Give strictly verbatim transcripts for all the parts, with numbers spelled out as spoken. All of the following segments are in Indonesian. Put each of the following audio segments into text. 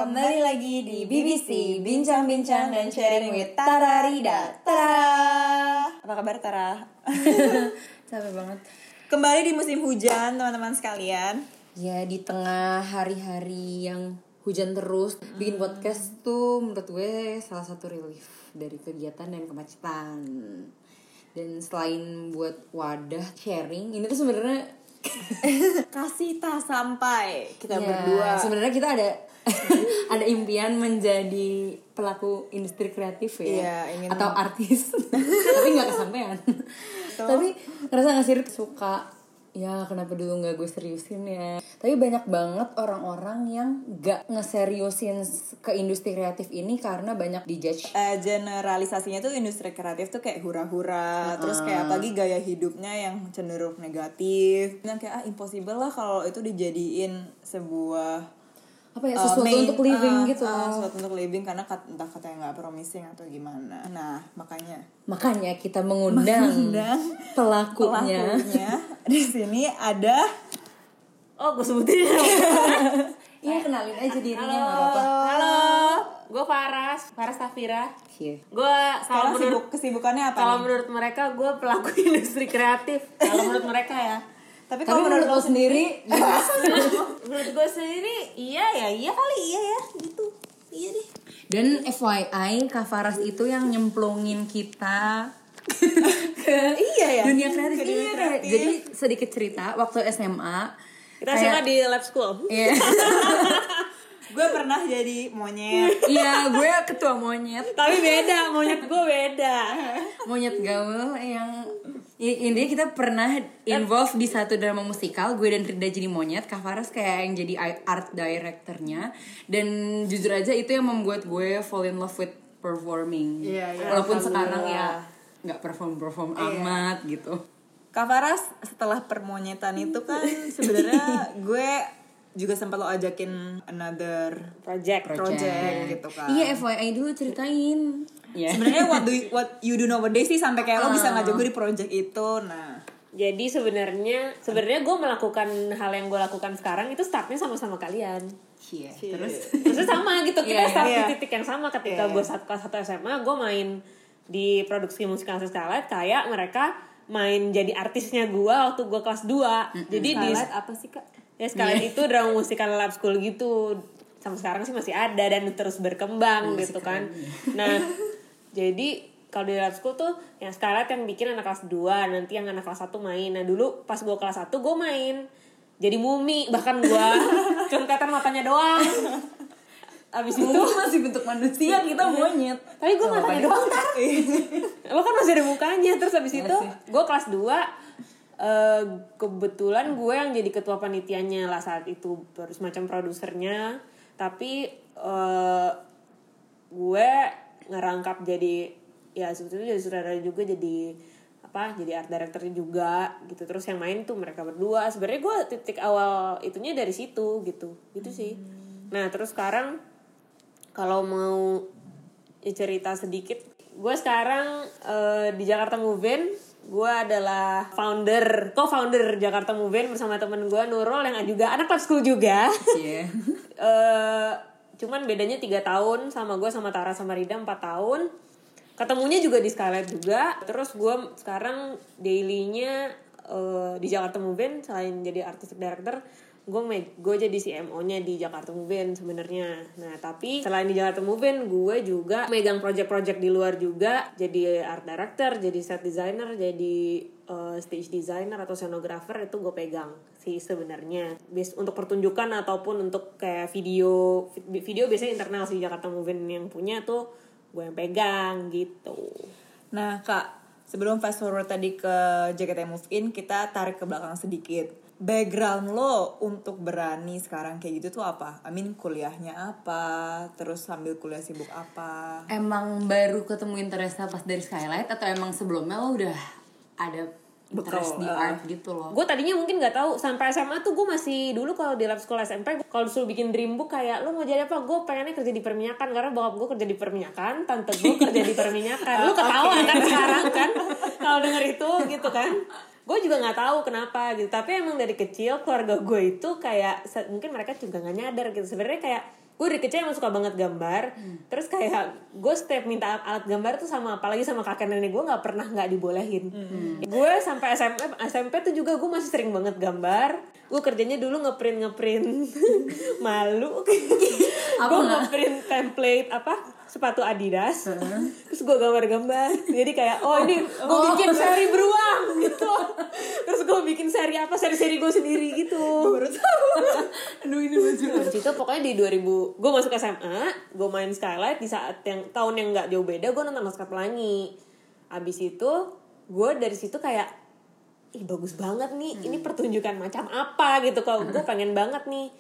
Kembali lagi di B B C Bincang-bincang dan sharing with Tara Rida. Tara, apa kabar Tara? Capek banget. Kembali di musim hujan teman-teman sekalian. Ya di tengah hari-hari yang hujan terus, hmm. bikin podcast tuh menurut gue salah satu relief dari kegiatan dan kemacetan. Dan selain buat wadah sharing, ini tuh sebenarnya kasih tak sampai kita ya, berdua. Sebenarnya kita ada ada impian menjadi pelaku industri kreatif ya, ya ingin atau artis, tapi nggak kesampaian. Tapi ngerasa nggak sih suka ya kenapa dulu nggak gue seriusin ya. Tapi banyak banget orang-orang yang nggak ngeseriusin ke industri kreatif ini karena banyak dijudge. Uh, generalisasinya tuh industri kreatif tuh kayak hura-hura, uh-uh. terus kayak apalagi gaya hidupnya yang cenderung negatif. Yang kayak ah impossible lah kalau itu dijadiin sebuah apa ya sesuatu uh, main, untuk living uh, gitu uh, sesuatu untuk living karena kat, entah katanya nggak promising atau gimana. Nah makanya makanya kita mengundang, mengundang pelakunya. pelakunya di sini ada oh gue sebutin iya kenalin aja dirinya. Halo halo gue Faras Faras Safira. yeah. Gue kalau menurut kesibukannya apa kalau menurut mereka gue pelaku industri kreatif kalau menurut mereka ya. Tapi kalau menurut, menurut lo sendiri, menurut gue sendiri, iya ya, iya kali, iya ya, gitu, iya deh. Dan F Y I, Kak Faras itu yang nyemplungin kita ke iya ya, dunia kreatif. Ke dunia iya, kreatif. Jadi sedikit cerita, waktu S M A kita S M A di lab school. Iya. Gue pernah jadi monyet. Iya, gue ketua monyet. Tapi beda, monyet gue beda. Monyet gaul yang intinya kita pernah involve di satu drama musikal. Gue dan Rida jadi monyet, Kak Faras kayak yang jadi art directornya. Dan jujur aja itu yang membuat gue fall in love with performing. Iya, iya. Walaupun sekarang ya gak perform-perform iya. amat gitu. Kak Faras setelah permonyetan itu kan sebenarnya gue juga sempat lo ajakin another project project, project gitu kan. Iya, F Y I dulu ceritain. Yeah. Sebenarnya what do you, what you do nowadays sih sampai kayak uh. lo bisa ngajak gue di project itu. Nah, jadi sebenarnya sebenarnya gue melakukan hal yang gue lakukan sekarang itu startnya sama-sama kalian. Iya. Yeah. Terus terus sama gitu kita yeah, start yeah. di titik yang sama ketika yeah. gue saat kelas satu S M A gue main di produksi musikal Skylight kayak mereka main jadi artisnya gue waktu gue kelas dua. Mm-hmm. Jadi Skylight di apa sih Kak? Ya Skylight yeah. itu drama musikal lab school gitu. Sampai sekarang sih masih ada dan terus berkembang oh, gitu kan. Nah, jadi kalau di lab school tuh yang Skylight yang bikin anak kelas dua, nanti yang anak kelas satu main. Nah, dulu pas gue kelas satu gue main jadi mumi, bahkan gue cuma kelihatan matanya doang. Abis itu masih bentuk manusia, kita monyet. Tapi gue matanya doang tar. Lo kan masih ada mukanya. Terus abis itu gue kelas dua uh, kebetulan gue yang jadi ketua panitianya lah saat itu, semacam produsernya. Tapi uh, gue ngerangkap jadi ya sebetulnya jadi sutradara juga, jadi apa jadi art director juga gitu. Terus yang main tuh mereka berdua. Sebenarnya gue titik awal itunya dari situ gitu gitu sih. hmm. Nah terus sekarang kalau mau ya cerita sedikit, gue sekarang uh, di Jakarta Movement. Gue adalah founder, co-founder Jakarta Movement bersama temen gue Nurul yang juga anak lab school juga. Yeah. uh, cuman bedanya tiga tahun sama gue sama Tara sama Rida empat tahun. Ketemunya juga di Skylight juga. Terus gue sekarang dailynya uh, di Jakarta Movement selain jadi artistic director, gue gue jadi C M O-nya di Jakarta Movement sebenarnya. Nah tapi selain di Jakarta Movement, gue juga megang project-project di luar juga, jadi art director, jadi set designer, jadi uh, stage designer atau scenografer, itu gue pegang sih sebenarnya. Base untuk pertunjukan ataupun untuk kayak video video biasanya internal sih Jakarta Movement yang punya tuh gue yang pegang gitu. Nah Kak, sebelum fast forward tadi ke J K T Move In, kita tarik ke belakang sedikit. Background lo untuk berani sekarang kayak gitu tuh apa? I mean kuliahnya apa? Terus sambil kuliah sibuk apa? Emang baru ketemu interestnya pas dari Skylight atau emang sebelumnya lo udah ada interest Betul, di uh, art gitu loh? Gue tadinya mungkin nggak tahu sampai S M A tuh gue masih dulu kalau di lab school S M P kalau disuruh bikin dream book kayak lo mau jadi apa? Gue pengennya kerja di perminyakan karena bokap gue kerja di perminyakan, tante gue kerja di perminyakan. Lo ketawa okay. kan sekarang kan kalau denger itu gitu kan? Gue juga nggak tahu kenapa gitu. Tapi emang dari kecil keluarga gue itu kayak mungkin mereka juga nggak nyadar gitu. Sebenarnya kayak gue dari kecil emang suka banget gambar. Hmm. Terus kayak gue setiap minta alat gambar tuh sama apalagi sama kakek nenek gue nggak pernah nggak dibolehin. Hmm. Gue sampai S M P S M P tuh juga gue masih sering banget gambar. Gue kerjanya dulu ngeprint ngeprint malu. Gue ngeprint template apa sepatu Adidas, uh-huh. terus gue gambar-gambar, jadi kayak oh ini gue oh. bikin seri beruang gitu, terus gue bikin seri apa seri-seri gue sendiri gitu. Baru tahu. Aduh ini lucu. Nah, itu pokoknya di dua ribu gue masuk S M A, gue main Skylight di saat yang tahun yang nggak jauh beda gue nonton Laskar Pelangi. Abis itu gue dari situ kayak ih bagus banget nih, hmm. ini pertunjukan macam apa gitu, kalau gue pengen banget nih.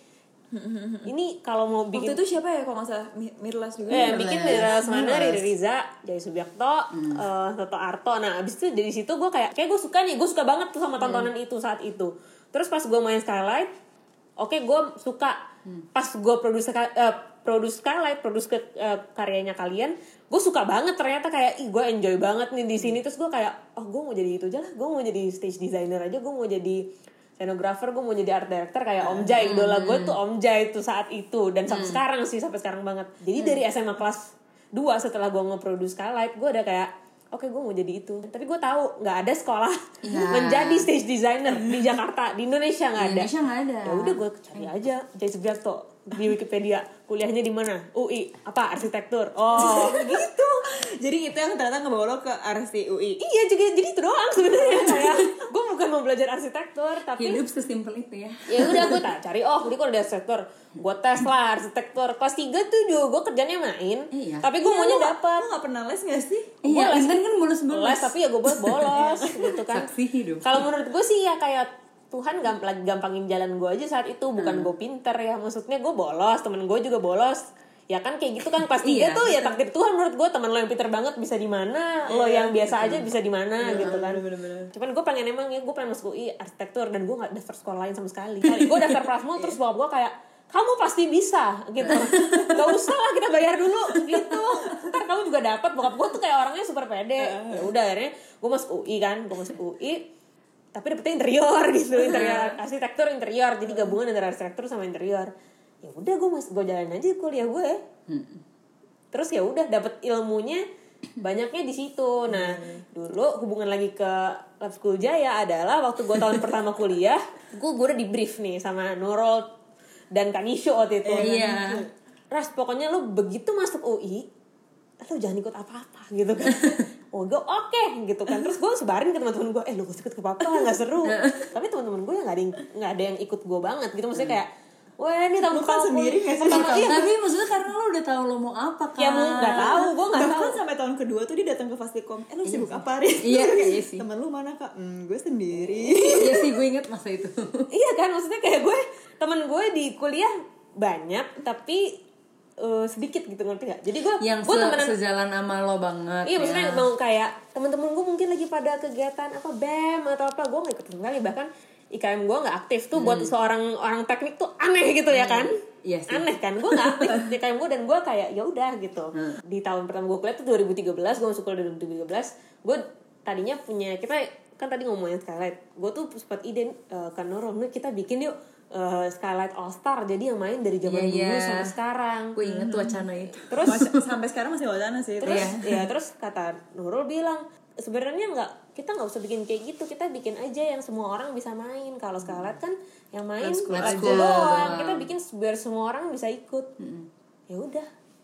Ini kalau mau bikin waktu itu siapa ya kalau nggak salah Mirlas juga eh, bikin Mirlas Mana, Riri Riza, Jai Subiakto, hmm. uh, Toto Arto. Nah abis itu dari situ gue kayak kayak gue suka nih, gue suka banget tuh sama tontonan hmm. itu saat itu. Terus pas gue main Skylight, oke okay, gue suka. hmm. Pas gue produce uh, produce Skylight, produce ke, uh, karyanya kalian, gue suka banget ternyata kayak ih gue enjoy banget nih di sini. Terus gue kayak oh gue mau jadi itu aja lah, gue mau jadi stage designer aja, gue mau jadi scenografer, gue mau jadi art director kayak Om Jai. Idola gue tuh Om Jai tuh saat itu. Dan sampai hmm. sekarang sih, sampai sekarang banget. Jadi hmm. dari S M A kelas dua setelah gue nge-produce Skylight, gue udah kayak oke okay, gue mau jadi itu. Tapi gue tahu nggak ada sekolah yeah. menjadi stage designer di Jakarta, di Indonesia nggak ada. Indonesia nggak ada. Ya udah gue cari aja Jai Subiakto di Wikipedia, kuliahnya di mana? U I apa arsitektur. Oh gitu. Jadi itu yang ternyata ngebawa lo ke arsi U I. Iya jadi jadi itu doang sebenarnya. Kayak gue bukan mau belajar arsitektur, tapi hidup sesimpel itu ya. Ya udah gue tak cari oh, jadi gue udah arsitektur, gue tes lah arsitektur. Kelas tiga tuh juga gue kerjanya main. Iya. Tapi gue iya, maunya dapat. Lo nggak pernah les nggak sih? Iya, les kan kan bolos-bolos. Les tapi ya gue bolos bolos gitu kan. Saksi hidup. Kalau menurut gue sih ya kayak Tuhan gamp- lagi gampangin jalan gue aja saat itu. Bukan hmm. gue pinter ya, maksudnya gue bolos, temen gue juga bolos. Ya kan kayak gitu kan pas tiga iya, tuh ya takdir Tuhan menurut gue. Teman lo yang pinter banget bisa di mana, lo yang biasa aja bisa di mana gitu kan. Bener-bener. Cuman gue pengen emang ya gue pengen masuk U I arsitektur dan gue nggak daftar sekolah lain sama sekali. Kali gue daftar Prasmo terus bokap gue kayak kamu pasti bisa gitu, gak usah lah kita bayar dulu gitu, ntar kamu juga dapat. Bokap gue tuh kayak orangnya super pede. Ya udah akhirnya gue masuk U I kan, gue masuk U I tapi dapetnya interior gitu, interior arsitektur interior, jadi gabungan antara arsitektur sama interior. Ya udah gue mas gue jalan aja kuliah gue. Hmm. Terus ya udah dapet ilmunya banyaknya di situ. Nah dulu hubungan lagi ke Lab School Jaya adalah waktu gue tahun pertama kuliah, gue gue udah di brief nih sama Nurul dan Kanisho waktu itu. Iya. Ras pokoknya lu begitu masuk U I, lu jangan ikut apa-apa gitu kan. Oh gue oke okay, gitu kan. Terus gue sebarin ke teman-teman gue, eh lu gak ikut ke apa-apa nggak seru. Tapi teman-teman gue nggak ada yang nggak ada yang ikut gue banget gitu. Maksudnya kayak wah ini tahun kan sendiri nggak sih? Iya. Tapi maksudnya karena lo udah tahu lo mau apa kan? Ya mau nggak tahu, gue nggak tahu. Bahkan sampai tahun kedua tuh dia datang ke Fastikom. Eh lu sibuk apa hari? Iya iya sih. Temen lu mana kak? Hmm, gue sendiri. Iya sih gue inget masa itu. Iya kan maksudnya kayak gue temen gue di kuliah banyak tapi uh, sedikit gitu ngerti gak? Jadi gue yang gue se- temenan sejalan sama lo banget. Iya ya. Maksudnya mau kayak teman-teman gue mungkin lagi pada kegiatan apa B E M atau apa, gue nggak ikut sekali. Bahkan I K M gue nggak aktif tuh. Hmm. Buat seorang orang teknik tuh aneh gitu ya kan? Iya sih. Aneh kan? Gue nggak aktif di I K M gue dan gue kayak ya udah gitu. Hmm. Di tahun pertama gue kuliah tuh dua ribu tiga belas, gue masuk kuliah dua ribu tiga belas. Gue tadinya punya, kita kan tadi ngomongin Skylight, gue tuh sempat ide uh, kan Nurul, kita bikin yuk uh, Skylight All Star, jadi yang main dari zaman yeah, dulu yeah. sampai sekarang. Gue inget tuh wacana itu. Terus sampai sekarang masih wacana sih. Terus ya terus kata Nurul bilang sebenarnya nggak, kita nggak usah bikin kayak gitu, kita bikin aja yang semua orang bisa main. Kalau Skylight kan yang main aku doang, kita bikin biar semua orang bisa ikut. Hmm. Ya udah,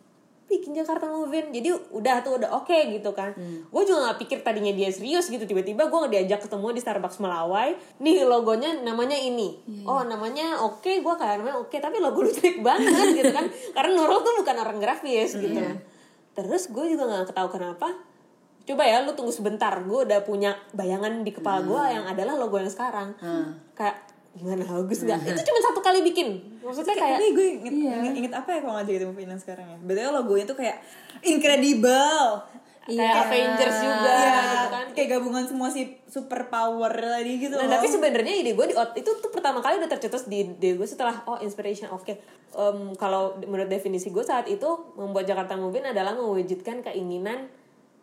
bikin Jakarta Movie. Jadi udah tuh udah oke okay, gitu kan. Hmm. Gue juga nggak pikir tadinya dia serius gitu, tiba-tiba gue diajak ketemu di Starbucks Melawai. Nih logonya namanya ini. Yeah. Oh namanya oke, okay. Gue kayak namanya oke, okay, tapi logo lu jelek banget gitu kan. Karena Nurul tuh bukan orang grafis gitu. Yeah. Terus gue juga nggak ketahu kenapa. Coba ya lu tunggu sebentar, gue udah punya bayangan di kepala gue hmm. yang adalah logo yang sekarang. Hmm. Kayak gimana bagus nggak? Hmm. Itu cuma satu kali bikin. Maksudnya kayak tapi gue inget, iya. inget, inget apa ya kalau nggak jadi Movie sekarang ya. Betulnya logonya tuh kayak incredible. Kayak yeah. Avengers juga yeah. gitu kan. Kayak gabungan semua si super power tadi gitu. Nah, loh. Tapi sebenarnya ide gue di itu tuh pertama kali udah tercetus di ide gue setelah oh inspiration oke. Okay. Um, kalau menurut definisi gue saat itu membuat Jakarta Movie adalah mewujudkan keinginan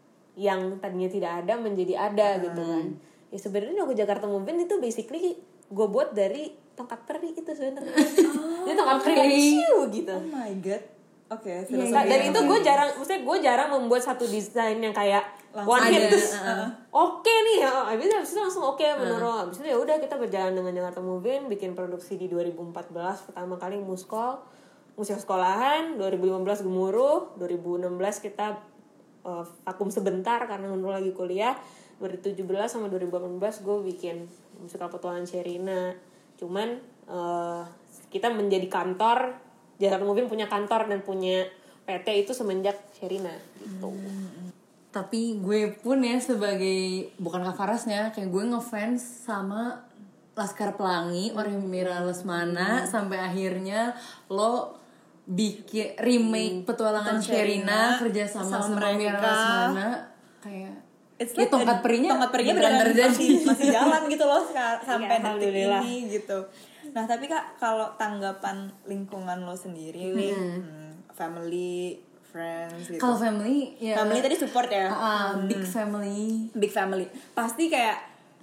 yang tadinya tidak ada menjadi ada hmm. gitu kan. Ya sebenarnya logo Jakarta Movie itu basically gue buat dari tongkat peri itu sebenarnya. Oh, ini tongkat okay. peri ciu gitu. Oh my god. Oke, okay, terus yeah, dan itu gue jarang, maksudnya gue jarang membuat satu desain yang kayak langsung one hit terus uh, oke okay nih, abis itu abis itu langsung oke okay, menurut, uh. abis itu ya udah kita berjalan dengan Jakarta Movie, bikin produksi di dua ribu empat belas pertama kali Muskol, musik sekolahan, dua ribu lima belas Gemuruh, dua ribu enam belas kita uh, vakum sebentar karena Nurul lagi kuliah, dua ribu tujuh belas sama dua ribu delapan belas gue bikin musikal petualangan Sherina, cuman uh, kita menjadi kantor. Jakarta Movie punya kantor dan punya P T itu semenjak Sherina gitu. Hmm. Tapi gue pun ya sebagai bukan Kak Farasnya, kayak gue ngefans sama Laskar Pelangi, Orihimira Lesmana, hmm. sampai akhirnya lo bikin remake Petualangan Sherina, kerja sama sama Mira Lesmana, kayak It's ya, like tongkat perinya tongkat perinya beneran masih, masih jalan gitu loh sampai ya, detik ini gitu. Nah tapi Kak, kalau tanggapan lingkungan lo sendiri, hmm. Hmm, family, friends gitu. Kalau family, ya. Family tadi support ya. Uh, hmm. Big family. Big family. Pasti kayak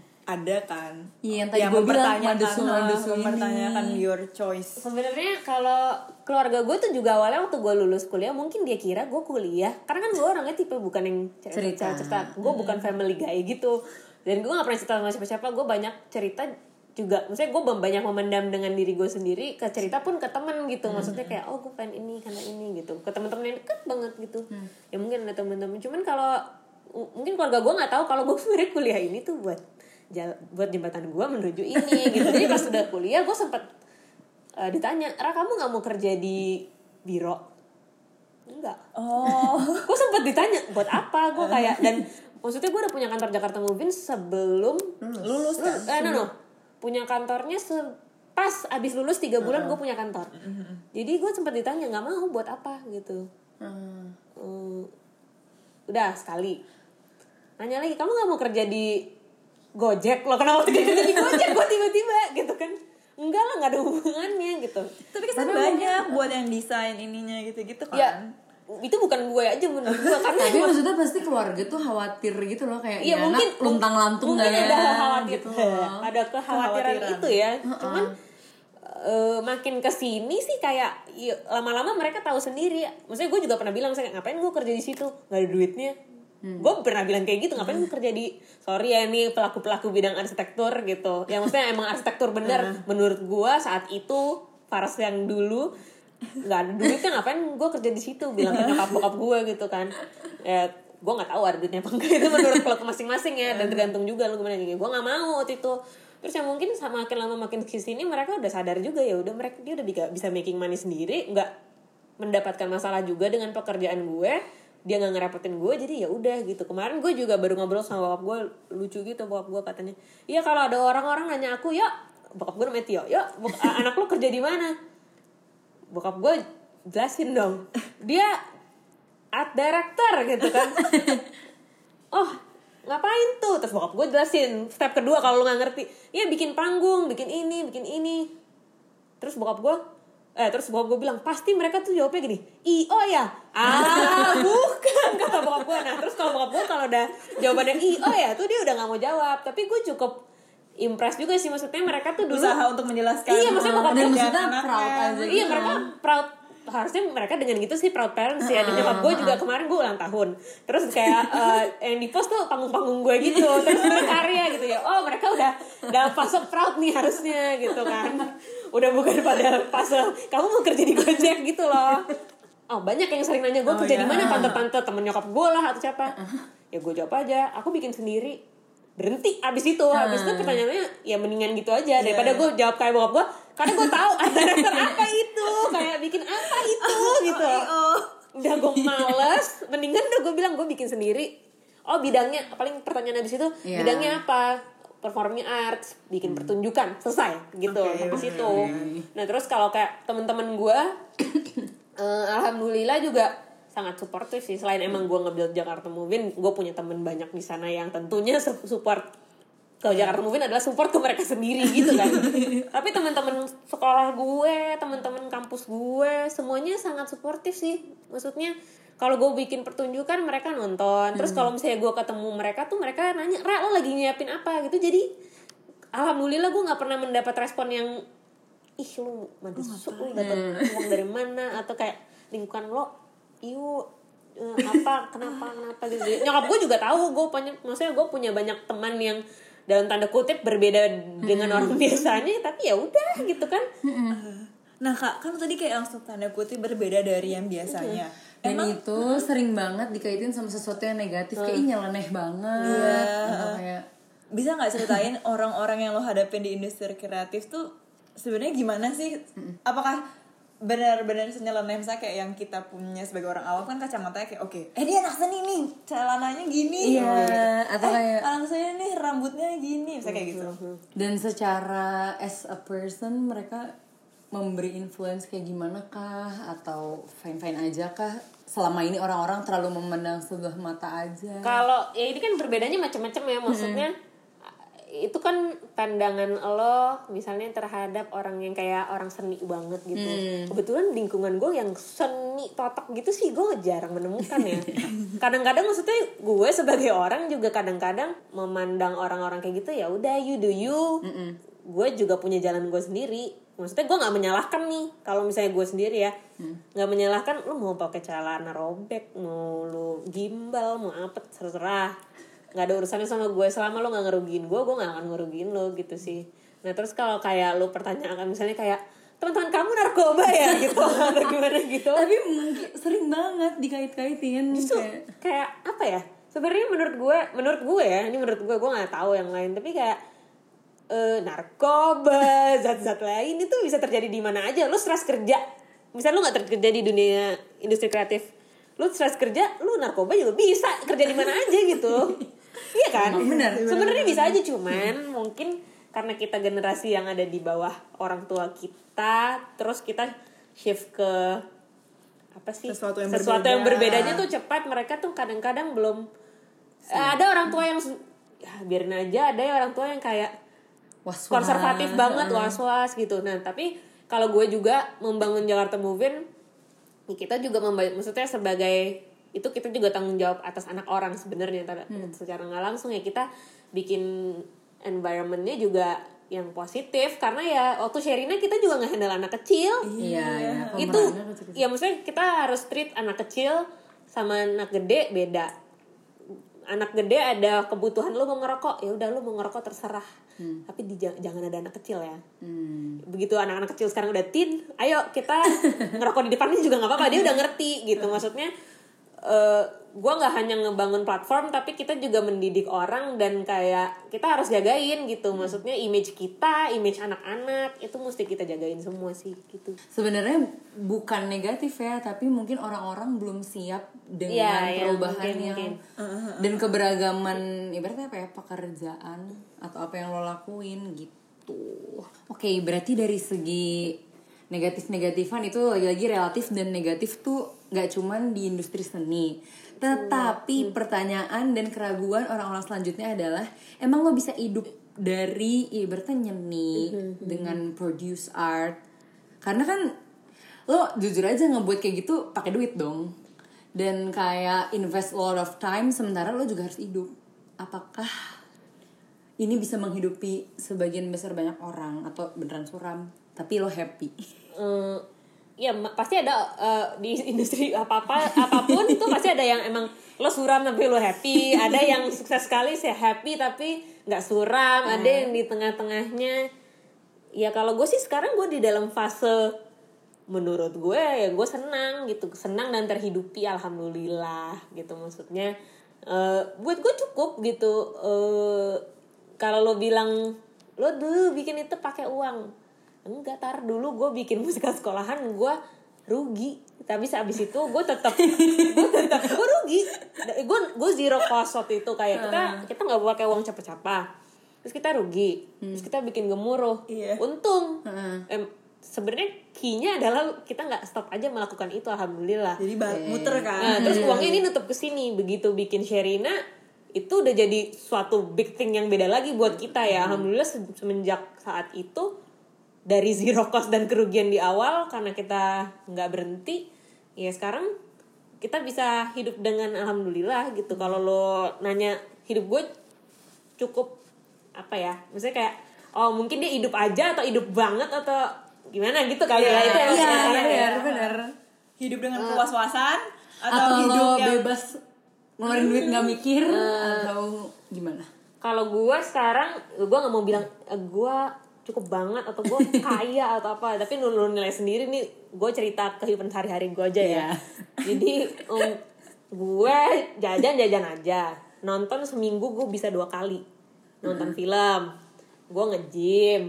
ada kan. Iya, yang tadi yang gue bilang mempertanyakan, mempertanyakan your choice. Sebenarnya kalau keluarga gue tuh juga awalnya waktu gue lulus kuliah mungkin dia kira gue kuliah, karena kan gue orangnya tipe bukan yang cerita cerita. Gue hmm. bukan family guy gitu. Dan gue nggak pernah cerita sama siapa-siapa. Gue banyak cerita juga, maksudnya gue banyak memendam dengan diri gue sendiri, ke cerita pun ke temen gitu, maksudnya kayak oh gue pengen ini karena ini gitu, ke temen-temen yang deket banget gitu, hmm. ya mungkin ada temen-temen, cuman kalau mungkin keluarga gue nggak tahu kalau gue sebenarnya kuliah ini tuh buat jala, buat jembatan gue menuju ini gitu. Jadi pas sudah kuliah gue sempet uh, ditanya, Ra kamu nggak mau kerja di biro? Enggak. Oh, gue sempet ditanya buat apa, gue kayak, dan maksudnya gue udah punya kantor Jakarta Movie sebelum hmm, lulus kan? Eh, no no. Punya kantornya se- pas abis lulus tiga bulan uh-huh. gue punya kantor. Uh-huh. Jadi gue sempat ditanya nggak mau buat apa gitu. Uh-huh. Uh, udah sekali. Nanya lagi, kamu nggak mau kerja di Gojek? Lo kenapa kerja di Gojek? Gue tiba-tiba gitu kan. Enggak lah, nggak ada hubungannya gitu. Tapi kesan banyak buat yang desain ininya gitu-gitu kan. Ya, itu bukan gue aja menurut gue, karena tapi maksudnya pasti keluarga tuh khawatir gitu loh, kayak ya, mungkin luntang lantung mungkin gak ada ya khawatir gitu loh. Ada kekhawatiran, kekhawatiran itu ya. Uh-uh. Cuman uh, makin kesini sih kayak ya, lama-lama mereka tahu sendiri. Maksudnya gue juga pernah bilang, saya ngapain gue kerja di situ, nggak ada duitnya. Hmm. Gue pernah bilang kayak gitu, ngapain gue kerja di, sorry ya nih pelaku-pelaku bidang arsitektur gitu. Yang maksudnya emang arsitektur bener. Uh-huh. Menurut gue saat itu Faras yang dulu nggak ada duit kan, ngapain gue kerja di situ, bilang ke nyokap bokap gue gitu kan. Ya gue nggak tahu ada duitnya apa enggak, itu menurut kelompok masing-masing ya, dan tergantung juga lu gimana. Gue nggak mau waktu itu. Terus yang mungkin sama makin lama makin kesini mereka udah sadar juga, ya udah mereka dia udah bisa making money sendiri, nggak mendapatkan masalah juga dengan pekerjaan gue, dia nggak ngerepotin gue, jadi ya udah gitu. Kemarin gue juga baru ngobrol sama bokap gue, lucu gitu bokap gue katanya, iya kalau ada orang-orang nanya aku, ya bokap gue namanya Tio, ya anak lu kerja di mana? Bokap gue jelasin dong, dia art director gitu kan. Oh ngapain tuh? Terus bokap gue jelasin step kedua kalau lu nggak ngerti, ya bikin panggung, bikin ini, bikin ini. Terus bokap gue eh terus bokap gue bilang, pasti mereka tuh jawabnya gini, I O ya? Ah bukan, kata bokap gue. Nah terus kalau bokap gue kalau udah jawabannya I O ya tuh dia udah nggak mau jawab. Tapi gue cukup impress juga sih, maksudnya mereka tuh dulu usaha untuk menjelaskan. Iya, maksudnya bokap dan maksudnya proud aja. Iya, mereka proud, harusnya mereka dengan gitu sih proud parents ya. Dan nyokap gue juga kemarin gue ulang tahun, terus kayak uh, yang di post tuh panggung-panggung gue gitu, terus berkarya gitu ya. Oh mereka udah dalam fase proud nih harusnya gitu kan. Udah bukan pada fase kamu mau kerja di Gojek gitu loh. Oh banyak yang sering nanya gue oh, kerja di mana, tante-tante temen nyokap gue lah atau siapa. Ya gue jawab aja, aku bikin sendiri. Berhenti abis itu, abis itu pertanyaannya ya mendingan gitu aja daripada gue jawab kayak bokap gue, karena gue tahu director apa itu, kayak bikin apa itu gitu. Udah gue males, mendingan udah gue bilang gue bikin sendiri. Oh bidangnya, paling pertanyaan abis itu yeah. bidangnya apa? Performing arts, bikin hmm. pertunjukan, selesai gitu okay, sampai okay. situ. Nah terus kalau kayak temen-temen gue, uh, alhamdulillah juga sangat suportif sih. Selain emang gue nge-build Jakarta Movie, gue punya temen banyak di sana yang tentunya support ke Jakarta Movie adalah support ke mereka sendiri gitu kan. Tapi teman-teman sekolah gue, teman-teman kampus gue, semuanya sangat suportif sih. Maksudnya kalau gue bikin pertunjukan mereka nonton. Terus kalau misalnya gue ketemu mereka tuh mereka nanya, Ra lo lagi nyiapin apa gitu. Jadi alhamdulillah gue nggak pernah mendapat respon yang ih lu madesuk lu dapat uang dari mana, atau kayak lingkungan lo iu uh, apa kenapa kenapa gitu. Nyokap gue juga tahu gue punya, maksudnya gue punya banyak teman yang dalam tanda kutip berbeda dengan orang biasanya, tapi ya udah gitu kan. Nah kak, kan tadi kayak langsung tanda kutip berbeda dari yang biasanya. Dan Emang itu sering banget dikaitin sama sesuatu yang negatif, kayak ih nyeleneh banget. Iya. Atau kayak bisa nggak ceritain orang-orang yang lo hadapin di industri kreatif tuh sebenarnya gimana sih? Apakah benar-benar senyeleneh, misalnya kayak yang kita punya sebagai orang awam kan kacamatanya kayak oke, okay, eh dia anak seni nih, celananya gini, iya, gitu. atau eh, kayak anak seni nih rambutnya gini, misalnya kayak gitu. Dan secara as a person mereka memberi influence kayak gimana kah, atau fine-fine aja kah? Selama ini orang-orang terlalu memandang sebelah mata aja. Kalau ya ini kan berbedanya macam-macam ya, maksudnya hmm. itu kan pandangan lo misalnya terhadap orang yang kayak orang seni banget gitu. Hmm. Kebetulan lingkungan gue yang seni totok gitu sih gue jarang menemukan ya. Kadang-kadang maksudnya gue sebagai orang juga kadang-kadang memandang orang-orang kayak gitu, ya udah you do you. Mm-mm. Gue juga punya jalan gue sendiri. Maksudnya gue nggak menyalahkan nih kalau misalnya gue sendiri ya, nggak hmm. menyalahkan lu mau pakai celana robek, mau lu gimbal, mau apa terserah, nggak ada urusannya sama gue selama lu nggak ngerugiin gue, gue nggak akan ngerugiin lo gitu sih. Nah terus kalau kayak lu pertanyakan misalnya kayak teman-teman kamu narkoba ya gitu atau gimana gitu, tapi mungkin sering banget dikait-kaitin. Justru kayak, kayak apa ya? Sebenarnya menurut gue, menurut gue ya, ini menurut gue, gue nggak tahu yang lain, tapi kayak Uh, narkoba, zat-zat lain itu bisa terjadi di mana aja. Lu stres kerja, misal lu nggak kerja di dunia industri kreatif, lu stres kerja, lu narkoba juga bisa kerja di mana aja gitu. Iya kan? Benar. Sebenarnya bisa aja, cuman mungkin karena kita generasi yang ada di bawah orang tua kita, terus kita shift ke apa sih? Sesuatu yang Sesuatu berbeda. yang berbedanya tuh cepat. Mereka tuh kadang-kadang belum. Eh, ada orang tua yang ya, biarin aja. Ada orang tua yang kayak was-was. konservatif banget, was-was gitu. Nah tapi kalau gue juga membangun Jakarta Move-In, kita juga membangun, maksudnya sebagai itu kita juga tanggung jawab atas anak orang sebenarnya. hmm. Secara nggak langsung ya kita bikin environment-nya juga yang positif, karena ya waktu Sherina kita juga nge-handle anak kecil. Iya, iya. Itu ya maksudnya kita harus treat anak kecil sama anak gede beda. Anak gede ada kebutuhan, lu mau ngerokok, ya udah lu mau ngerokok terserah. Hmm. Tapi di, jangan ada anak kecil ya. Hmm. Begitu anak-anak kecil sekarang udah teen, ayo kita ngerokok di depannya juga nggak apa-apa, dia udah ngerti gitu. Maksudnya uh, gue nggak hanya ngebangun platform, tapi kita juga mendidik orang dan kayak kita harus jagain gitu. Maksudnya image kita, image anak-anak itu mesti kita jagain semua sih gitu. Sebenarnya bukan negatif ya, tapi mungkin orang-orang belum siap dengan ya, perubahan ya, mungkin, yang mungkin. Dan keberagaman ibaratnya apa ya, pekerjaan atau apa yang lo lakuin gitu. Oke, berarti dari segi negatif-negatifan itu lagi-lagi relatif, dan negatif tuh nggak cuman di industri seni. Tetapi pertanyaan dan keraguan orang-orang selanjutnya adalah, emang lo bisa hidup dari ibaratnya nyeni dengan produce art? Karena kan lo jujur aja ngebuat kayak gitu pakai duit dong, dan kayak invest a lot of time, sementara lo juga harus hidup. Apakah ini bisa menghidupi sebagian besar banyak orang, atau beneran suram tapi lo happy? Hmm, ya pasti ada uh, di industri apa-apa apapun itu pasti ada yang emang lo suram tapi lo happy, ada yang sukses sekali sih happy tapi nggak suram, hmm. ada yang di tengah-tengahnya. Ya kalau gue sih sekarang gue di dalam fase, menurut gue ya gue senang gitu, senang dan terhidupi alhamdulillah gitu. Maksudnya uh, buat gue cukup gitu. Uh, kalau lo bilang lo dulu bikin itu pakai uang, enggak, tar dulu gue bikin musikal sekolahan gue rugi, tapi abis itu gue tetap gue tetap gue rugi, gue gue zero cost waktu itu. Kayak kita kita nggak pakai uang capek-capek, terus kita rugi, hmm. terus kita bikin gemuruh, iya. untung. Hmm. Eh, sebenarnya key-nya adalah kita nggak stop aja melakukan itu, alhamdulillah. Jadi muter kan. Nah, terus uangnya ini nutup ke sini. Begitu bikin Sherina itu udah jadi suatu big thing yang beda lagi buat kita ya. Alhamdulillah semenjak saat itu, dari zero cost dan kerugian di awal karena kita nggak berhenti, ya sekarang kita bisa hidup dengan alhamdulillah gitu. Kalau lo nanya hidup gue cukup apa ya, maksudnya kayak oh mungkin dia hidup aja atau hidup banget atau gimana gitu kali Iya, ya itu yang iya, penasaran iya, ya. benar. Hidup dengan puas-puasan atau, Atau hidup lo yang bebas ngeluarin duit nggak mikir atau gimana? Kalau gue sekarang gue nggak mau bilang gue cukup banget atau gue kaya atau apa, tapi lu, lu nilai sendiri nih. Gue cerita kehidupan sehari-hari gue aja ya. Yeah. Jadi um, gue jajan-jajan aja, nonton seminggu gue bisa dua kali nonton hmm. film, gue nge-gym,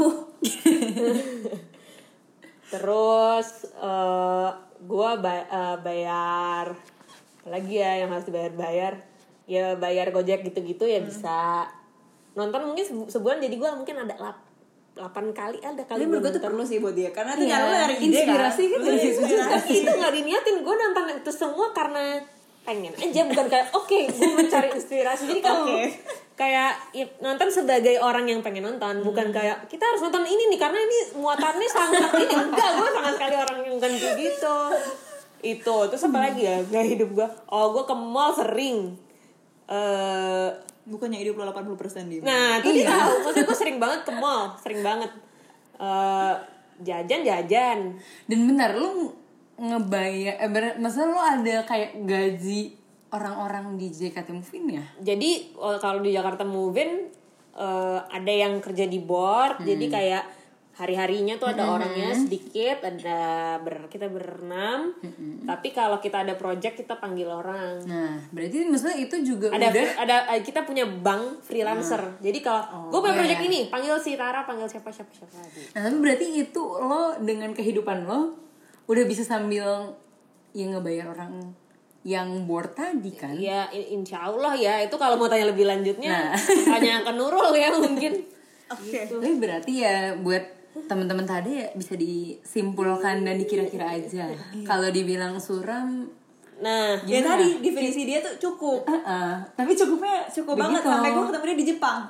terus uh, gue ba- uh, bayar apalagi ya yang harus dibayar-bayar, ya bayar Gojek gitu-gitu ya hmm. bisa nonton mungkin sebulan. Jadi gue mungkin ada lap delapan kali ada kali. Tapi menurut gue tuh perlu sih buat dia, karena itu iya. nyala dari ide inspirasi kan, kan, inspirasi itu nggak diniatin. Gue nonton itu semua karena pengen aja, bukan kayak oke okay, gue mencari inspirasi. Jadi kalau okay. kayak ya, nonton sebagai orang yang pengen nonton, bukan kayak kita harus nonton ini nih karena ini muatannya sangat ini. Enggak, gue sama sekali orang yang bukan kayak gitu. Itu terus apa lagi ya gaya hidup gue? Oh, gue ke mall sering. Uh, bukannya hidup lo delapan puluh persen di nah itu dia tahu. Maksudnya gue sering banget ke mall, sering banget uh, jajan-jajan. Dan benar lu ngebayar, eh, bener, maksudnya lu ada kayak gaji orang-orang di J K T Move-In ya? Jadi kalau di Jakarta Move-In uh, ada yang kerja di board, hmm. jadi kayak hari-harinya tuh ada hmm. orangnya sedikit, ada ber, kita berenam. Hmm. Tapi kalau kita ada project kita panggil orang. Nah, berarti maksudnya itu juga ada udah ada kita punya bank freelancer. Hmm. Jadi kalau oh, gue punya project yeah. ini, panggil si Tara, panggil siapa siapa siapa lagi. Nah, tapi berarti itu lo dengan kehidupan lo udah bisa sambil ya ngebayar orang yang board tadi kan? Ya insya Allah ya. Itu kalau mau tanya lebih lanjutnya, nah. tanya ke Nurul ya mungkin. Oke. Okay. Gitu. Tapi berarti ya buat teman-teman tadi ya bisa disimpulkan dan dikira-kira aja. Kalau dibilang suram, nah ya tadi definisi dia tuh cukup. Uh-uh. Tapi cukupnya cukup begitu. banget sampai gue ketemu dia di Jepang.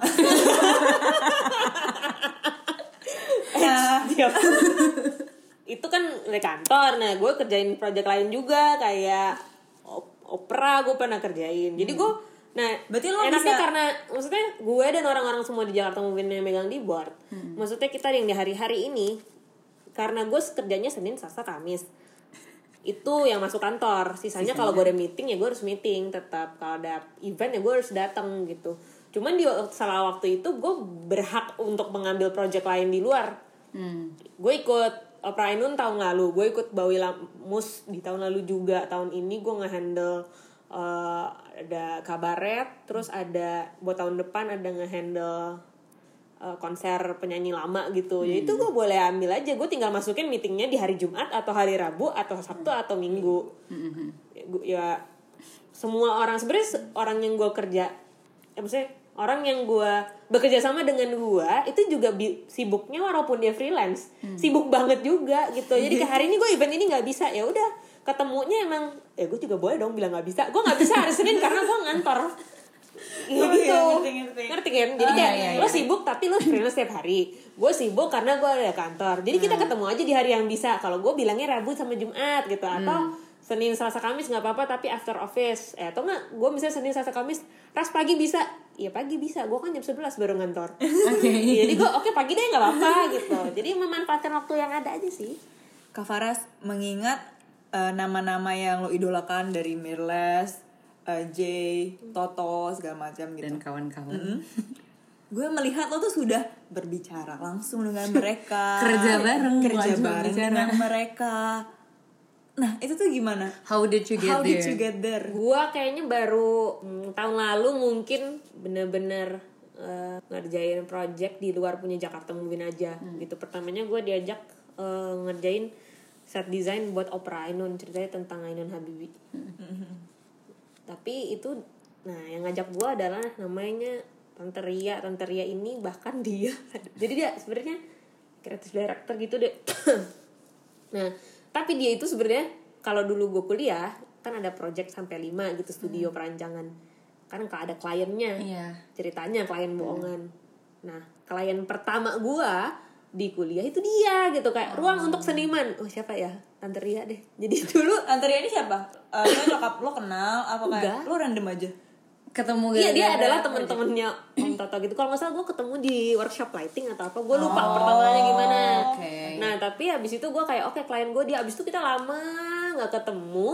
Nah, itu kan dari kantor. Nah, gue kerjain project lain juga kayak opera gue pernah kerjain. Jadi gue nah, berarti lo enaknya bisa... karena maksudnya gue dan orang-orang semua di Jakarta mungkin yang megang di board. Hmm. Maksudnya kita yang di hari-hari ini karena gue kerjanya Senin, Selasa, Kamis. Itu yang masuk kantor. Sisanya, Sisanya. kalau gue ada meeting ya gue harus meeting tetap. Kalau ada event ya gue harus datang gitu. Cuman di salah waktu itu gue berhak untuk mengambil project lain di luar. Hmm. Gue ikut Opera Ainun tahun lalu, gue ikut Bawi Lamus di tahun lalu juga. Tahun ini gue nge-handle Uh, ada kabaret, terus ada buat tahun depan ada nge-handle uh, konser penyanyi lama gitu. Hmm. Ya itu gue boleh ambil aja, gue tinggal masukin meetingnya di hari Jumat atau hari Rabu atau Sabtu hmm. atau Minggu. Hmm. Ya, ya semua orang sebenarnya orang yang gue kerja, ya maksudnya orang yang gue bekerja sama dengan gue itu juga bi- sibuknya walaupun dia freelance, hmm. sibuk banget juga gitu. Jadi kayak hari ini gue event ini nggak bisa, ya udah. Ketemunya emang, ya gue juga boleh dong bilang nggak bisa. Gue nggak bisa hari Senin karena gue ngantor. Iya oh, gitu, iya, ngerti, ngerti. ngerti kan? Jadi oh, kayak iya, iya, lo sibuk tapi lo freelance setiap hari. Gue sibuk karena gue ada kantor. Jadi hmm. kita ketemu aja di hari yang bisa. Kalau gue bilangnya Rabu sama Jumat gitu, atau hmm. Senin, Selasa, Kamis nggak apa-apa tapi after office. Eh atau nggak? Gue misalnya Senin, Selasa, Kamis, ras pagi bisa. Iya pagi bisa. Gue kan jam sebelas baru ngantor. Okay. Jadi gue oke okay, pagi deh nggak apa-apa gitu. Jadi memanfaatkan waktu yang ada aja sih. Kak Faras mengingat Uh, nama-nama yang lo idolakan dari Mirles, uh, Jay, Toto segala macam gitu dan kawan-kawan. Mm-hmm. Gue melihat lo tuh sudah berbicara langsung dengan mereka, kerja bareng, kerja bareng dengan mereka. Nah itu tuh gimana? How did you get How there? did you get there? Gue kayaknya baru hmm, tahun lalu mungkin bener-bener uh, ngerjain project di luar punya Jakarta Move-In aja. Hmm. Gitu pertamanya gue diajak uh, ngerjain set design buat Opera Ainun, ceritanya tentang Ainun Habibie. Mm-hmm. Tapi itu, nah yang ngajak gue adalah namanya Tante Ria. Tante Ria ini bahkan dia, jadi dia sebenarnya creative director gitu deh. Nah, tapi dia itu sebenarnya kalau dulu gue kuliah kan ada project sampai lima gitu studio mm. perancangan. Kan ada kliennya, yeah. ceritanya klien bohongan. Mm. Nah, klien pertama gue di kuliah itu dia gitu kayak oh. ruang untuk seniman. Oh siapa ya? Tante Ria deh. Jadi dulu Tante Ria ini siapa? Uh, lo nyokap lo kenal apa kayak lo random aja? ketemu Iya, dia gara-gara adalah project. teman-temannya Om Toto gitu. Kalau nggak salah gue ketemu di workshop lighting atau apa, gue lupa oh, pertamanya gimana. Okay. Nah tapi habis itu gue kayak oke okay, klien gue dia, habis itu kita lama nggak ketemu.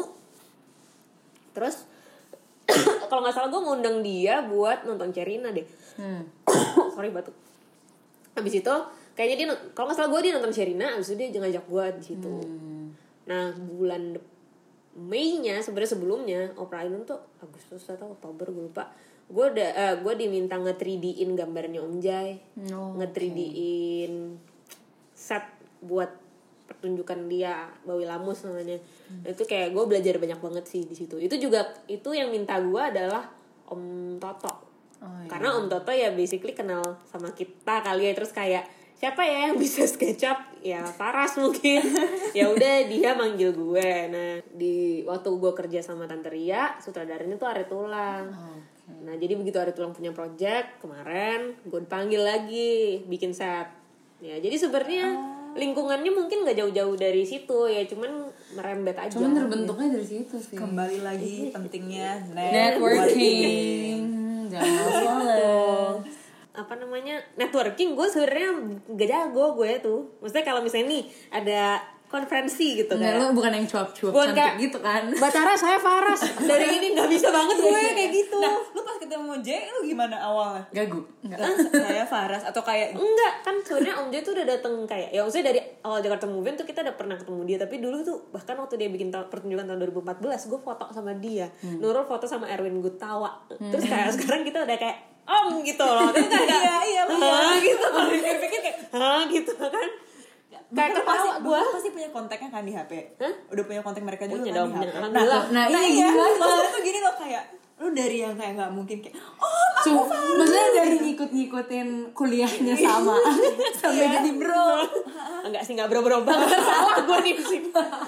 Terus kalau nggak salah gue ngundang dia buat nonton Sherina deh. Hmm. Sorry batuk. Habis itu kayaknya dia, kalau nggak salah gue dia nonton Sherina, habis itu dia ngajak gue di situ. Hmm. Nah bulan Mei-nya sebenarnya sebelumnya Opera Island tuh Agustus atau Oktober gue lupa. Gue udah uh, gue diminta nge three D-in gambarnya Om Jai. Oh, nge three D-in set buat pertunjukan dia, Bawi Lamus namanya. Hmm. Itu kayak gue belajar banyak banget sih di situ. Itu juga itu yang minta gue adalah Om Toto. Oh, iya. Karena Om Toto ya basically kenal sama kita kali ya, terus kayak siapa ya yang bisa SketchUp, ya Faras mungkin. Ya udah dia manggil gue. Nah di waktu gue kerja sama Tante Ria, sutradaranya tuh Ari Tulang. Oh, okay. Nah jadi begitu Ari Tulang punya project kemarin, gue dipanggil lagi bikin set. Ya jadi sebenarnya oh. lingkungannya mungkin nggak jauh-jauh dari situ ya, cuman merembet aja. Cuman terbentuknya dari situ sih. Kembali lagi pentingnya networking. Jangan salah. Apa namanya networking, gue sebenarnya gak jago gue tuh. Maksudnya kalau misalnya nih ada konferensi gitu kan, lo bukan yang cuap-cuap cantik gitu kan. Batara saya Faras dari ini nggak bisa banget gue kayak gitu. Nah lu pas ketemu Jay lu gimana awalnya? Gagu nggak? Saya Faras atau kayak enggak kan sebenarnya Om Jay tuh udah dateng kayak ya maksudnya dari awal Jakarta Movement tuh kita udah pernah ketemu dia, tapi dulu tuh bahkan waktu dia bikin pertunjukan tahun dua ribu empat belas gue foto sama dia, hmm. Nurul foto sama Erwin Gutawa, hmm. terus kayak sekarang kita udah kayak Om gitu loh, terus kayak iya iya ah gitu, kalau pikir-pikir kayak ah gitu kan. Kayak pasti gue pasti punya kontaknya kan di H P. Hah? Udah punya kontak mereka juga punya kan di H P. Nah, nah, nah, nah iya maksudnya tuh gini loh, kayak lu dari yang kayak nggak mungkin kayak oh aku Faras. Maksudnya dari ngikut-ngikutin kuliahnya sama sampai jadi bro. Enggak sih, nggak bro-bro banget. Salah gue nih sih.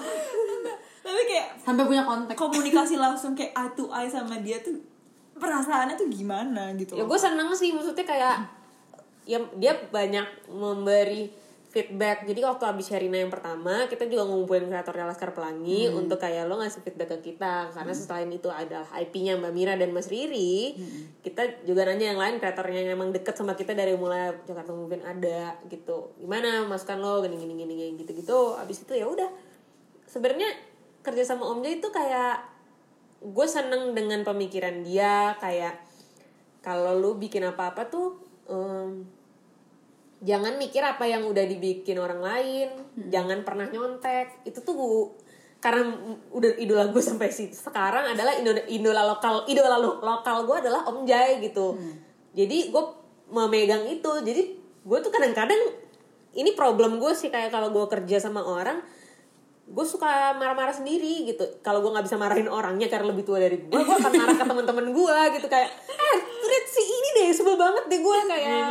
Tapi kayak sampai punya kontak, komunikasi langsung kayak eye to eye sama dia tuh perasaannya tuh gimana gitu. Ya gue seneng sih, maksudnya kayak ya dia banyak memberi feedback. Jadi waktu abis Sherina yang pertama kita juga ngumpulin kreatornya Laskar Pelangi hmm. untuk kayak lo ngasih feedback ke kita, karena hmm. selain itu adalah I P-nya Mbak Mira dan Mas Riri, hmm. kita juga nanya yang lain kreatornya yang emang deket sama kita dari mulai Jakarta Movement ada gitu, gimana masukan lo gini gini gini gini gitu gitu. Abis itu ya udah sebenarnya kerja sama Om Jay itu kayak gue seneng dengan pemikiran dia, kayak kalau lu bikin apa-apa tuh um, jangan mikir apa yang udah dibikin orang lain, hmm. jangan pernah nyontek. Itu tuh gue, karena udah idola gue sampai sekarang adalah idola, idola lokal, idola lokal gue adalah Om Jay gitu. Hmm. Jadi gue memegang itu. Jadi gue tuh kadang-kadang ini problem gue sih, kayak kalau gue kerja sama orang, gue suka marah-marah sendiri gitu. Kalau gue nggak bisa marahin orangnya karena lebih tua dari gue, gue akan marah ke teman-teman gue gitu, kayak eh lihat si ini deh, sebel banget deh gue kayak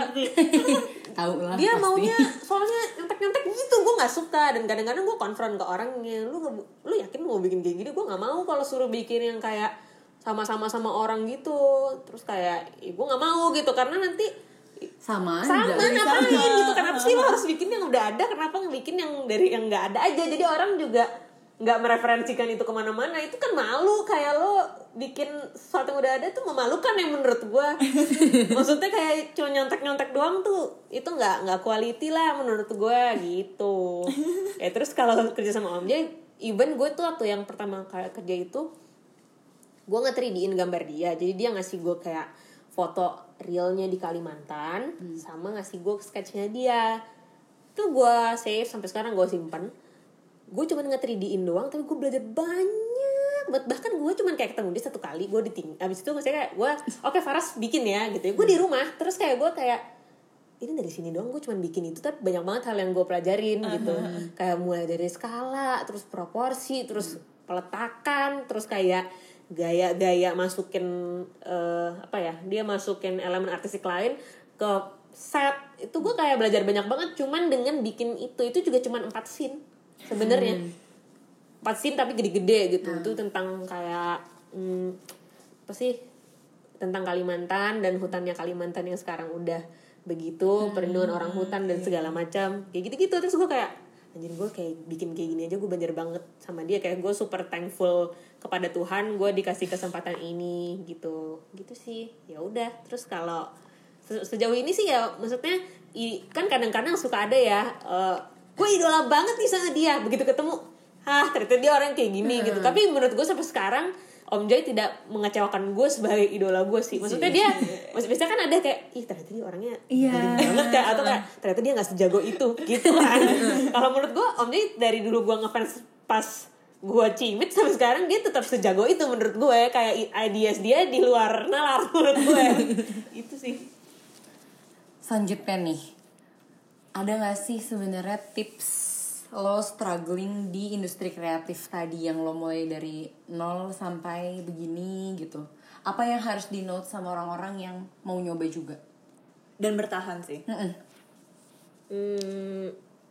tahu lah dia pasti. Maunya soalnya nyontek-nyontek gitu, gue nggak suka. Dan kadang-kadang gue konfront ke orangnya, lu lu yakin mau bikin kayak gini? Gue nggak mau kalau suruh bikin yang kayak sama-sama sama orang gitu. Terus kayak ya gue nggak mau gitu, karena nanti sama sama ngapain gitu. Kenapa sih lo harus bikin yang udah ada? Kenapa bikin yang dari yang nggak ada aja? Jadi orang juga nggak mereferensikan itu kemana-mana. Itu kan malu, kayak lo bikin sesuatu yang udah ada tuh memalukan ya menurut gue. Maksudnya kayak cuma nyontek-nyontek doang tuh itu nggak nggak quality lah menurut gue gitu. Ya terus kalau kerja sama Om Jay, even gue tuh waktu yang pertama kali kerja itu gue nge three D-in gambar dia. Jadi dia ngasih gue kayak foto realnya di Kalimantan, hmm. sama ngasih gue sketchnya dia. Itu gue save sampai sekarang, gue simpan. Gue cuma nge three D-in doang, tapi gue belajar banyak. Bahkan gue cuma kayak ketemu dia satu kali, gue diting. Abis itu saya kayak gue, oke okay, Faras bikin ya gitu. Gue di rumah, terus kayak gue kayak ini dari sini doang gue cuma bikin itu, tapi banyak banget hal yang gue pelajarin gitu. Uh-huh. Kayak mulai dari skala, terus proporsi, terus peletakan, terus kayak gaya-gaya masukin uh, apa ya, dia masukin elemen artistik lain ke set. Itu gue kayak belajar banyak banget cuman dengan bikin itu. Itu juga cuman empat scene sebenarnya. Hmm. empat scene tapi gede-gede gitu. Hmm. Itu tentang kayak hmm, apa sih, tentang Kalimantan dan hutannya Kalimantan yang sekarang udah begitu, hmm. perlindungan orang hutan dan segala macam kayak gitu-gitu. Terus gue kayak anjir gue kayak bikin kayak gini aja gue banjir banget sama dia, kayak gue super thankful kepada Tuhan gue dikasih kesempatan ini gitu gitu sih. Ya udah, terus kalau se- sejauh ini sih ya maksudnya i- kan kadang-kadang suka ada ya uh, gue idola banget nih sama dia, begitu ketemu ah ternyata dia orang kayak gini gitu. Tapi menurut gue sampai sekarang Om Joy tidak mengecewakan gue sebagai idola gue sih. Maksudnya dia, maksud biasanya kan ada kayak, ih ternyata dia orangnya Iya. banget kayak, atau kayak ternyata dia nggak sejago itu, gitu kan. Kalau menurut gue Om Joy dari dulu gue ngefans pas gue cimit sampai sekarang dia tetap sejago itu menurut gue. Kayak ideas dia di luar nalar menurut gue. Itu sih. Selanjutnya nih, ada nggak sih sebenarnya tips lo struggling di industri kreatif tadi yang lo mulai dari nol sampai begini gitu? Apa yang harus di note sama orang-orang yang mau nyoba juga dan bertahan sih? Mm-mm. Hmm,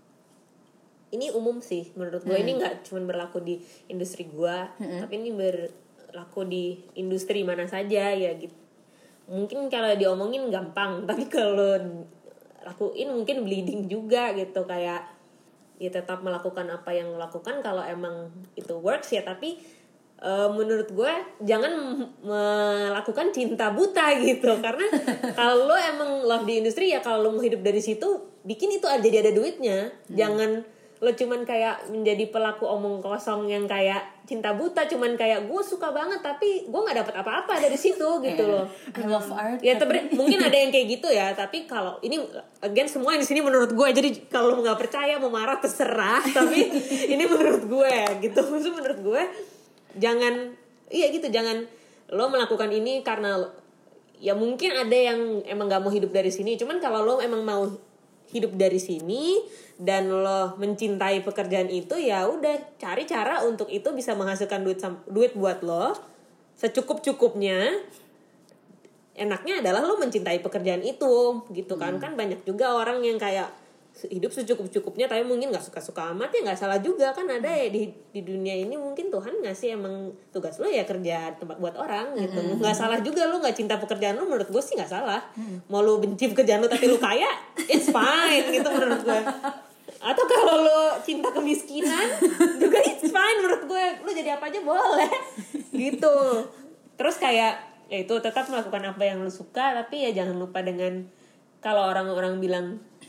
ini umum sih menurut gue. Hmm. Ini nggak cuma berlaku di industri gue, hmm. tapi ini berlaku di industri mana saja ya gitu. Mungkin kalau diomongin gampang, tapi kalau lakuin mungkin bleeding juga gitu. Kayak ya tetap melakukan apa yang lo lakukan kalau emang itu works ya, tapi uh, menurut gue jangan melakukan cinta buta gitu. Karena kalau lo emang love di industri ya, kalau lo mau hidup dari situ bikin itu jadi ada duitnya. hmm. Jangan lo cuman kayak menjadi pelaku omong kosong yang kayak cinta buta, cuman kayak gue suka banget tapi gue nggak dapat apa-apa dari situ gitu loh. I love art. Ya tapi mungkin ada yang kayak gitu ya, tapi kalau ini again semua di sini menurut gue, jadi kalau nggak percaya mau marah terserah, tapi ini menurut gue gitu. Maksudnya menurut gue jangan iya gitu, jangan lo melakukan ini karena ya mungkin ada yang emang nggak mau hidup dari sini, cuman kalau lo emang mau hidup dari sini dan lo mencintai pekerjaan itu, ya udah cari cara untuk itu bisa menghasilkan duit duit buat lo secukup-cukupnya. Enaknya adalah lo mencintai pekerjaan itu gitu kan. hmm. Kan banyak juga orang yang kayak hidup secukup-cukupnya tapi mungkin nggak suka-suka amat, ya nggak salah juga kan. Ada ya di di dunia ini mungkin Tuhan ngasih emang tugas lo ya kerja tempat buat orang gitu. mm-hmm. Nggak salah juga lo nggak cinta pekerjaan lo, menurut gue sih nggak salah. mm. Mau lo benci pekerjaan lo tapi lo kaya, it's fine gitu menurut gue. Atau kalau lo cinta kemiskinan juga it's fine menurut gue. Lo jadi apa aja boleh gitu. Terus kayak ya itu tetap melakukan apa yang lo suka, tapi ya jangan lupa dengan kalau orang-orang bilang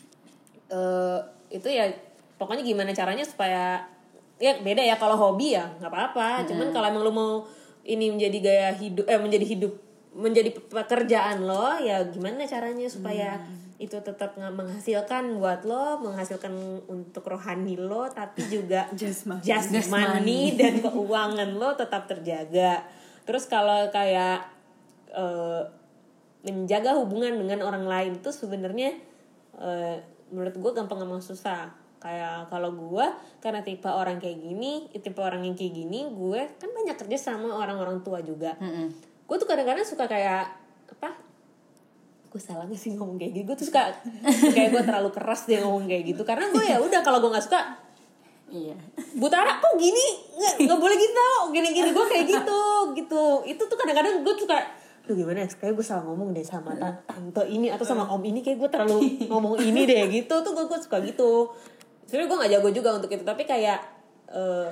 Uh, itu ya pokoknya gimana caranya supaya ya beda ya. Kalau hobi ya nggak apa-apa. hmm. Cuman kalau emang lo mau ini menjadi gaya hidup eh menjadi hidup menjadi pekerjaan lo, ya gimana caranya supaya hmm. itu tetap menghasilkan buat lo, menghasilkan untuk rohani lo, tapi juga just money, just just money money. dan keuangan lo tetap terjaga. Terus kalau kayak uh, menjaga hubungan dengan orang lain tuh sebenarnya uh, menurut gue gampang-gampang susah. Kayak kalau gue karena tipe orang kayak gini, tipe orang yang kayak gini, gue kan banyak kerja sama orang-orang tua juga. Mm-hmm. Gue tuh kadang-kadang suka kayak apa? Gue salah gak sih ngomong kayak gitu? Gue tuh suka kayak gue terlalu keras deh ngomong kayak gitu. Karena gue ya udah kalau gue nggak suka, iya. Butara kok gini, nggak nggak boleh gitu, gini-gini gue kayak gitu, gitu. Itu tuh kadang-kadang gue suka, duh gimana ya, kayak gue salah ngomong deh sama tante ini atau sama om ini, kayak gue terlalu ngomong ini deh gitu. Tuh gue, gue suka gitu. Sebenarnya gue nggak jago juga untuk itu, tapi kayak uh,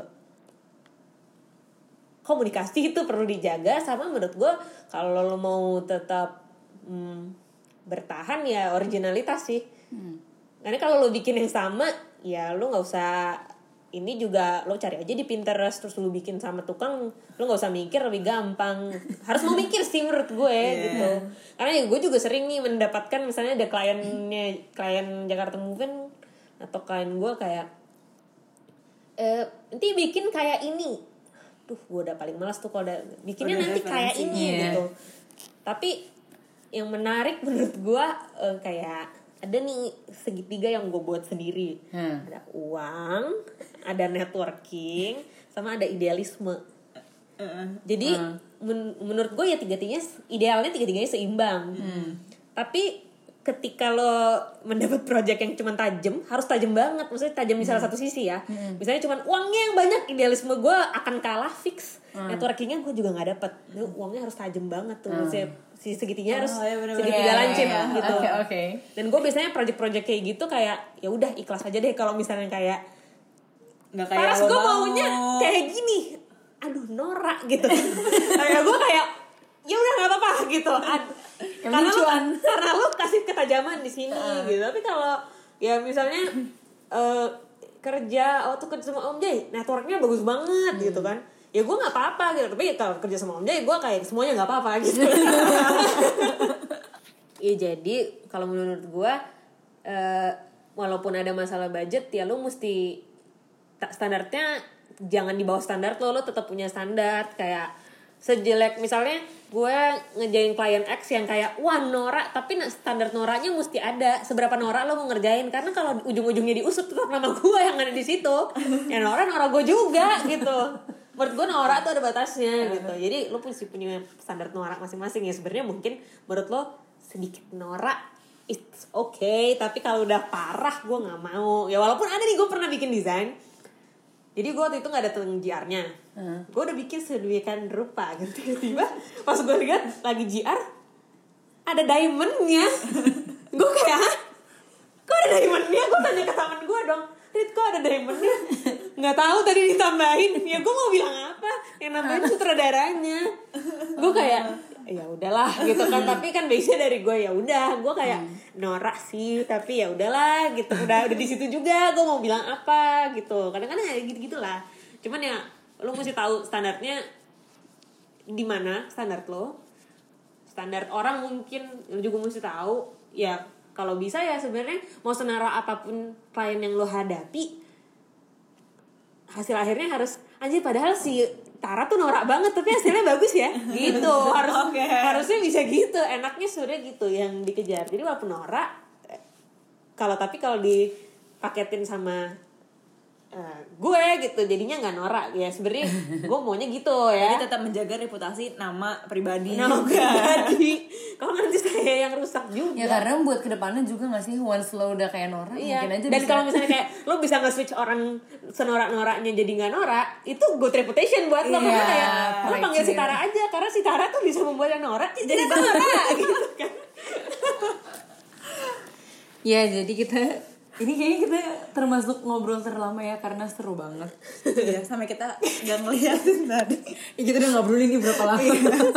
komunikasi itu perlu dijaga. Sama menurut gue kalau lo mau tetap hmm, bertahan ya originalitas sih. hmm. Karena kalau lo bikin yang sama ya lo nggak usah ini juga, lo cari aja di Pinterest terus lo bikin sama tukang, lo nggak usah mikir, lebih gampang. Harus mau mikir sih menurut gue. yeah. Gitu. Karena ya gue juga sering nih mendapatkan misalnya ada kliennya, klien Jakarta Move atau klien gue kayak e, nanti bikin kayak ini, duh gue udah paling malas tuh kalau udah bikinnya udah nanti kayak ini. yeah. Gitu. Tapi yang menarik menurut gue uh, kayak ada nih segitiga yang gue buat sendiri. hmm. Ada uang, ada networking, sama ada idealisme. uh, Jadi uh. Men- menurut gue ya tiga-tiganya idealnya tiga-tiganya seimbang. hmm. Tapi ketika lo mendapat project yang cuma tajam, harus tajam banget. Maksudnya tajam di salah hmm. satu sisi ya. hmm. Misalnya cuma uangnya yang banyak, idealisme gue akan kalah fix. hmm. Networkingnya gue juga nggak dapet. Uangnya harus tajam banget tuh. hmm. Maksudnya si segitinya oh, harus ya segitiga yeah, lancip yeah, gitu. Okay, okay. Dan gue biasanya project-project kayak gitu kayak ya udah ikhlas aja deh kalau misalnya kayak nggak kayak Paras lo gue mau. maunya kayak gini, aduh norak gitu. Kayak gue kayak ya udah nggak apa-apa gitu. Ad- karena lu, karena lu kasih ketajaman di sini uh. gitu. Tapi kalau ya misalnya uh, kerja waktu kerja sama Om Jay, networknya bagus banget hmm. gitu kan. Ya gue nggak apa-apa gitu. Tapi kalau kerja sama Om Jay, gue kayak semuanya nggak apa-apa gitu. Ya jadi kalau menurut gue, uh, walaupun ada masalah budget, ya lu mesti standarnya jangan di bawah standar lo, lo tetap punya standar. Kayak sejelek misalnya gue ngejain klien X yang kayak wah norak, tapi standar noraknya mesti ada. Seberapa norak lo mau ngerjain, karena kalau ujung-ujungnya diusut tetap nama gue yang ada di situ. Ya norak norak gue juga gitu. Menurut gue norak tuh ada batasnya gitu. Jadi lo mesti punya standar norak masing-masing. Ya sebenarnya mungkin menurut lo sedikit norak it's okay, tapi kalau udah parah gue nggak mau. Ya walaupun ada nih, gue pernah bikin desain. Jadi gue waktu itu gak dateng G R-nya, hmm. gue udah bikin sedemikian rupa gitu. Tiba-tiba pas gue lihat lagi G R ada diamondnya. Gue kayak, kok ada diamondnya? Gue tanya ke temen gue dong, Rit kok ada diamondnya? Gak tahu tadi ditambahin. Ya gue mau bilang apa? Yang nambahin sutradaranya. Gue kayak ya udahlah gitu kan. Tapi kan biasanya dari gue ya udah, gue kayak hmm. norak sih, tapi ya udahlah gitu. Udah udah di situ juga gue mau bilang apa gitu. Kadang-kadang ya gitu-gitulah. Cuman ya lo mesti tahu standarnya di mana, standar lo. Standar orang mungkin lo juga mesti tahu. Ya kalau bisa ya sebenarnya mau senorak apapun klien yang lo hadapi, hasil akhirnya harus anjir, padahal si Tara tuh norak banget tapi hasilnya bagus ya gitu. Harus okay. Harusnya bisa gitu, enaknya sudah gitu yang dikejar. Jadi walaupun norak, kalau tapi kalau dipaketin sama uh, gue gitu jadinya nggak norak ya. Sebenarnya gue maunya gitu ya. Jadi tetap menjaga reputasi nama pribadi nama pribadi. Kalau nanti saya yang rusak juga. Ya karena buat kedepannya juga nggak sih, once lo udah kayak norak iya. mungkin aja. Dan bisa... kalau misalnya kayak lo bisa nge-switch orang senorak-noraknya jadi nggak norak, itu good reputation buat lo. Iya, karena kayak lo panggil si Tara aja, karena si Tara tuh bisa membuat yang norak jadi norak gitu kan. Ya jadi kita ini kayaknya kita termasuk ngobrol terlama ya, karena seru banget. Iya, sampai kita nggak ngeliatin tadi. Ya, kita udah ngobrol ini berapa lama.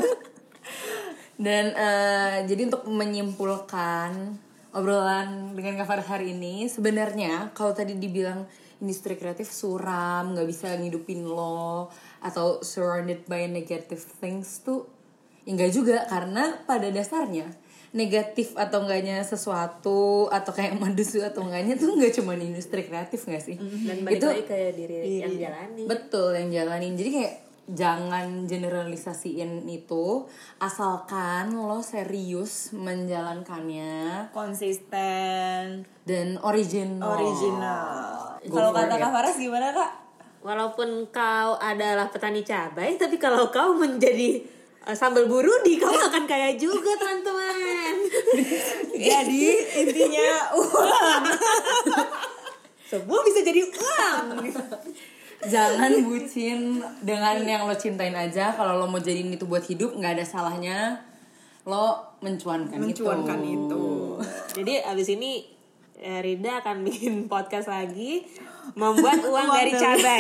Dan uh, jadi untuk menyimpulkan obrolan dengan Kak Faras hari ini, sebenarnya kalau tadi dibilang industri kreatif suram, nggak bisa ngidupin lo, atau surrounded by negative things tuh, ya nggak juga. Karena pada dasarnya negatif atau enggaknya sesuatu atau kayak madusu atau enggaknya tuh nggak cuma di industri kreatif nggak sih? Dan balik itu lagi kayak diri yang jalanin. Betul, yang jalanin. Jadi kayak jangan generalisasiin itu, asalkan lo serius menjalankannya, konsisten dan original. Original. Kalau kata Kak Faras gimana Kak? Walaupun kau adalah petani cabai, tapi kalau kau menjadi uh, sambal burudi, kau akan kaya juga teman-teman. Jadi intinya uang. Semua bisa jadi uang. Jangan bucin dengan yang lo cintain aja. Kalau lo mau jadiin itu buat hidup, nggak ada salahnya lo mencuankan, mencuankan itu. itu. Jadi abis ini Rida akan bikin podcast lagi, membuat uang, uang dari cabai.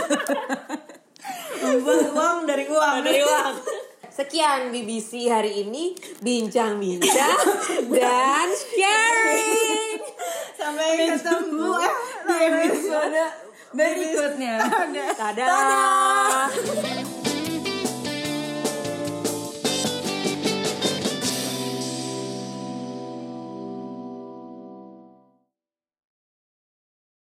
Membuat uang dari uang. Dari uang. Sekian B B C hari ini, bincang-bincang dan sharing. Sampai ketemu di episode berikutnya. Dadah.